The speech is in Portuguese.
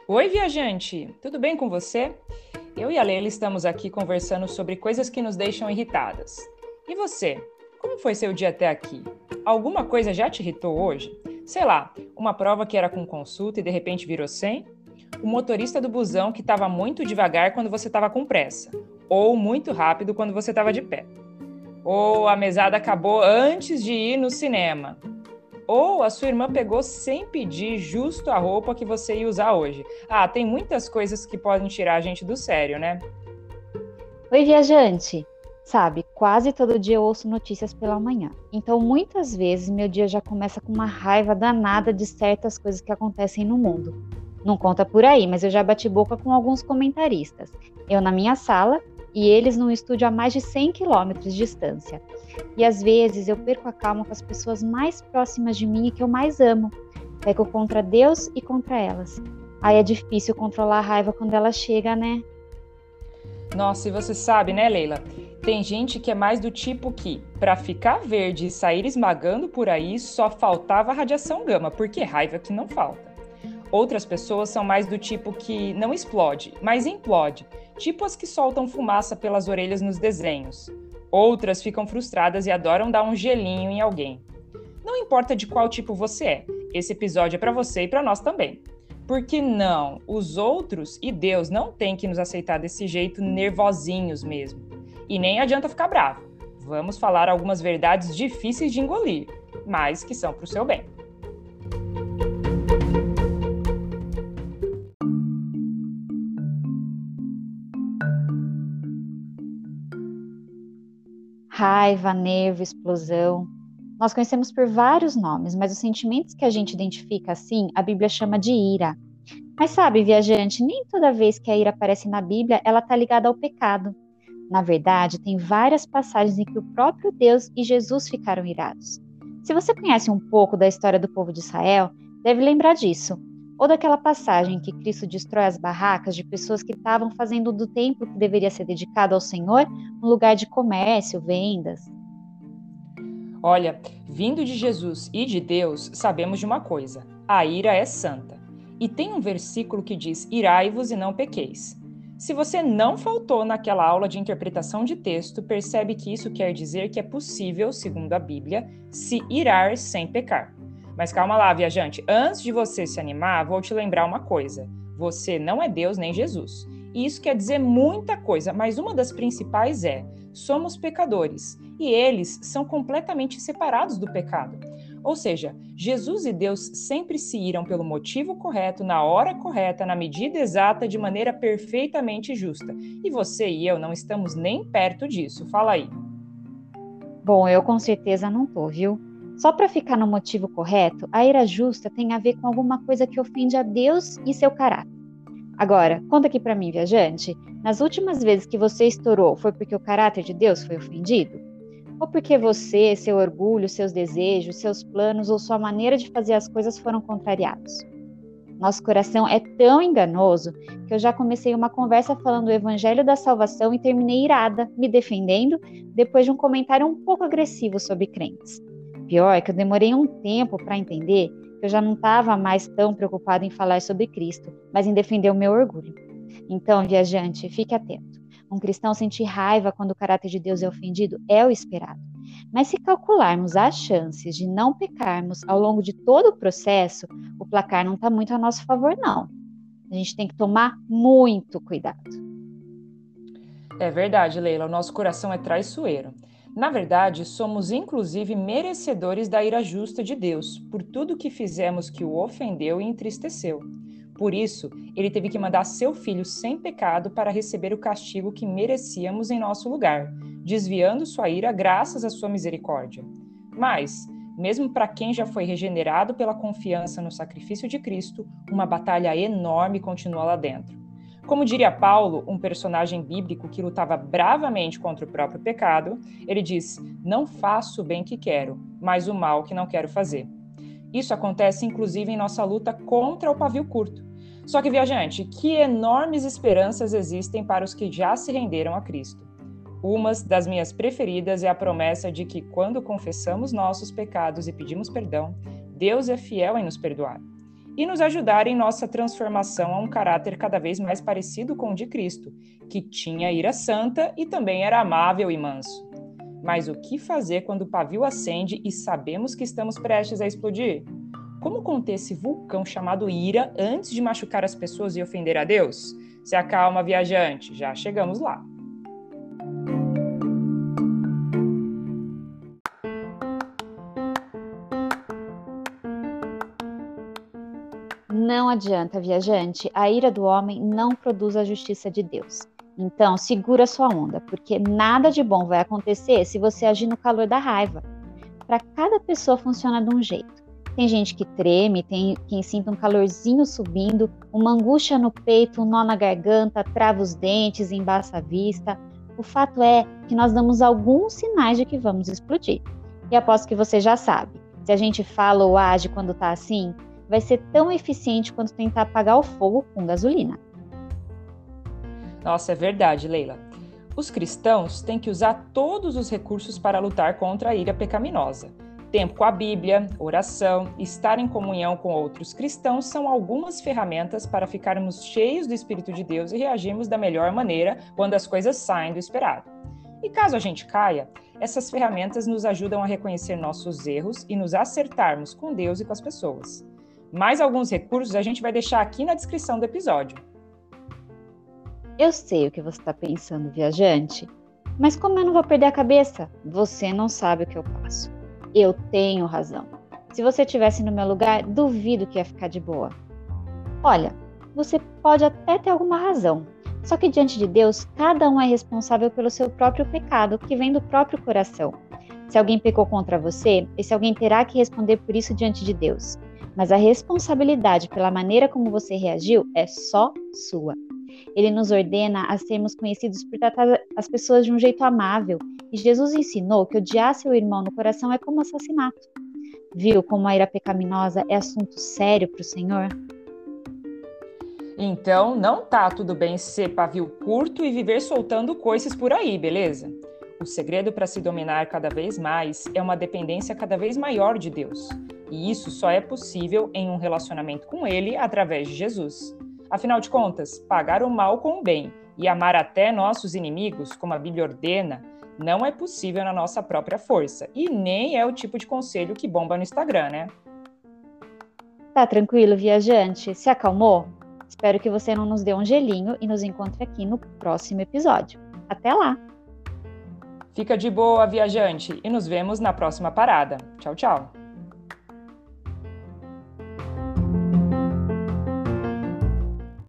Oi, viajante! Tudo bem com você? Eu e a Leila estamos aqui conversando sobre coisas que nos deixam irritadas. E você? Como foi seu dia até aqui? Alguma coisa já te irritou hoje? Sei lá, uma prova que era com consulta e de repente virou sem? O motorista do busão que estava muito devagar quando você estava com pressa? Ou muito rápido quando você estava de pé? Ou a mesada acabou antes de ir no cinema? Ou a sua irmã pegou sem pedir justo a roupa que você ia usar hoje? Tem muitas coisas que podem tirar a gente do sério, né? Oi, viajante! Sabe, quase todo dia eu ouço notícias pela manhã. Então, muitas vezes, meu dia já começa com uma raiva danada de certas coisas que acontecem no mundo. Não conta por aí, mas eu já bati boca com alguns comentaristas. Eu na minha sala e eles num estúdio a mais de 100 quilômetros de distância. E às vezes eu perco a calma com as pessoas mais próximas de mim e que eu mais amo. Pego contra Deus e contra elas. Aí é difícil controlar a raiva quando ela chega, né? Nossa, e você sabe, né, Leila? Tem gente que é mais do tipo que, para ficar verde e sair esmagando por aí, só faltava radiação gama, porque raiva que não falta. Outras pessoas são mais do tipo que não explode, mas implode, tipo as que soltam fumaça pelas orelhas nos desenhos. Outras ficam frustradas e adoram dar um gelinho em alguém. Não importa de qual tipo você é, esse episódio é para você e para nós também. Porque não, os outros e Deus não têm que nos aceitar desse jeito nervosinhos mesmo. E nem adianta ficar bravo. Vamos falar algumas verdades difíceis de engolir, mas que são para o seu bem. Raiva, nervo, explosão. Nós conhecemos por vários nomes, mas os sentimentos que a gente identifica assim, a Bíblia chama de ira. Mas sabe, viajante, nem toda vez que a ira aparece na Bíblia, ela está ligada ao pecado. Na verdade, tem várias passagens em que o próprio Deus e Jesus ficaram irados. Se você conhece um pouco da história do povo de Israel, deve lembrar disso. Ou daquela passagem em que Cristo destrói as barracas de pessoas que estavam fazendo do templo que deveria ser dedicado ao Senhor um lugar de comércio, vendas. Olha, vindo de Jesus e de Deus, sabemos de uma coisa: a ira é santa. E tem um versículo que diz: irai-vos e não pequeis. Se você não faltou naquela aula de interpretação de texto, percebe que isso quer dizer que é possível, segundo a Bíblia, se irar sem pecar. Mas calma lá, viajante, antes de você se animar, vou te lembrar uma coisa: você não é Deus nem Jesus. E isso quer dizer muita coisa, mas uma das principais é: somos pecadores e eles são completamente separados do pecado. Ou seja, Jesus e Deus sempre se iram pelo motivo correto, na hora correta, na medida exata, de maneira perfeitamente justa. E você e eu não estamos nem perto disso. Fala aí. Bom, eu com certeza não tô, viu? Só para ficar no motivo correto, a ira justa tem a ver com alguma coisa que ofende a Deus e seu caráter. Agora, conta aqui para mim, viajante, nas últimas vezes que você estourou, foi porque o caráter de Deus foi ofendido? Ou porque você, seu orgulho, seus desejos, seus planos ou sua maneira de fazer as coisas foram contrariados? Nosso coração é tão enganoso que eu já comecei uma conversa falando do evangelho da salvação e terminei irada, me defendendo, depois de um comentário um pouco agressivo sobre crentes. Pior é que eu demorei um tempo para entender que eu já não estava mais tão preocupada em falar sobre Cristo, mas em defender o meu orgulho. Então, viajante, fique atento. Um cristão sentir raiva quando o caráter de Deus é ofendido é o esperado. Mas se calcularmos as chances de não pecarmos ao longo de todo o processo, o placar não está muito a nosso favor, não. A gente tem que tomar muito cuidado. É verdade, Leila, o nosso coração é traiçoeiro. Na verdade, somos inclusive merecedores da ira justa de Deus, por tudo que fizemos que o ofendeu e entristeceu. Por isso, ele teve que mandar seu filho sem pecado para receber o castigo que merecíamos em nosso lugar, desviando sua ira graças à sua misericórdia. Mas, mesmo para quem já foi regenerado pela confiança no sacrifício de Cristo, uma batalha enorme continua lá dentro. Como diria Paulo, um personagem bíblico que lutava bravamente contra o próprio pecado, ele diz: não faço o bem que quero, mas o mal que não quero fazer. Isso acontece inclusive em nossa luta contra o pavio curto. Só que, viajante, que enormes esperanças existem para os que já se renderam a Cristo. Uma das minhas preferidas é a promessa de que, quando confessamos nossos pecados e pedimos perdão, Deus é fiel em nos perdoar. e nos ajudar em nossa transformação a um caráter cada vez mais parecido com o de Cristo, que tinha ira santa e também era amável e manso. Mas o que fazer quando o pavio acende e sabemos que estamos prestes a explodir? Como conter esse vulcão chamado ira antes de machucar as pessoas e ofender a Deus? Se acalma, viajante, já chegamos lá. Não adianta, viajante, a ira do homem não produz a justiça de Deus. Então, segura sua onda, porque nada de bom vai acontecer se você agir no calor da raiva. Para cada pessoa funciona de um jeito. Tem gente que treme, tem quem sinta um calorzinho subindo, uma angústia no peito, um nó na garganta, trava os dentes, embaça a vista. O fato é que nós damos alguns sinais de que vamos explodir. E aposto que você já sabe, se a gente fala ou age quando está assim, vai ser tão eficiente quanto tentar apagar o fogo com gasolina. Nossa, é verdade, Leila. Os cristãos têm que usar todos os recursos para lutar contra a ira pecaminosa. Tempo com a Bíblia, oração, estar em comunhão com outros cristãos são algumas ferramentas para ficarmos cheios do Espírito de Deus e reagirmos da melhor maneira quando as coisas saem do esperado. E caso a gente caia, essas ferramentas nos ajudam a reconhecer nossos erros e nos acertarmos com Deus e com as pessoas. Mais alguns recursos a gente vai deixar aqui na descrição do episódio. Eu sei o que você está pensando, viajante, mas como eu não vou perder a cabeça? Você não sabe o que eu passo. Eu tenho razão. Se você estivesse no meu lugar, duvido que ia ficar de boa. Olha, você pode até ter alguma razão, só que diante de Deus, cada um é responsável pelo seu próprio pecado, que vem do próprio coração. Se alguém pecou contra você, esse alguém terá que responder por isso diante de Deus. Mas a responsabilidade pela maneira como você reagiu é só sua. Ele nos ordena a sermos conhecidos por tratar as pessoas de um jeito amável. E Jesus ensinou que odiar seu irmão no coração é como assassinato. Viu como a ira pecaminosa é assunto sério para o Senhor? Então, não tá tudo bem ser pavio curto e viver soltando coices por aí, beleza? O segredo para se dominar cada vez mais é uma dependência cada vez maior de Deus. E isso só é possível em um relacionamento com Ele através de Jesus. Afinal de contas, pagar o mal com o bem e amar até nossos inimigos, como a Bíblia ordena, não é possível na nossa própria força. E nem é o tipo de conselho que bomba no Instagram, né? Tá tranquilo, viajante? Se acalmou? Espero que você não nos dê um gelinho e nos encontre aqui no próximo episódio. Até lá! Fica de boa, viajante, e nos vemos na próxima parada. Tchau, tchau!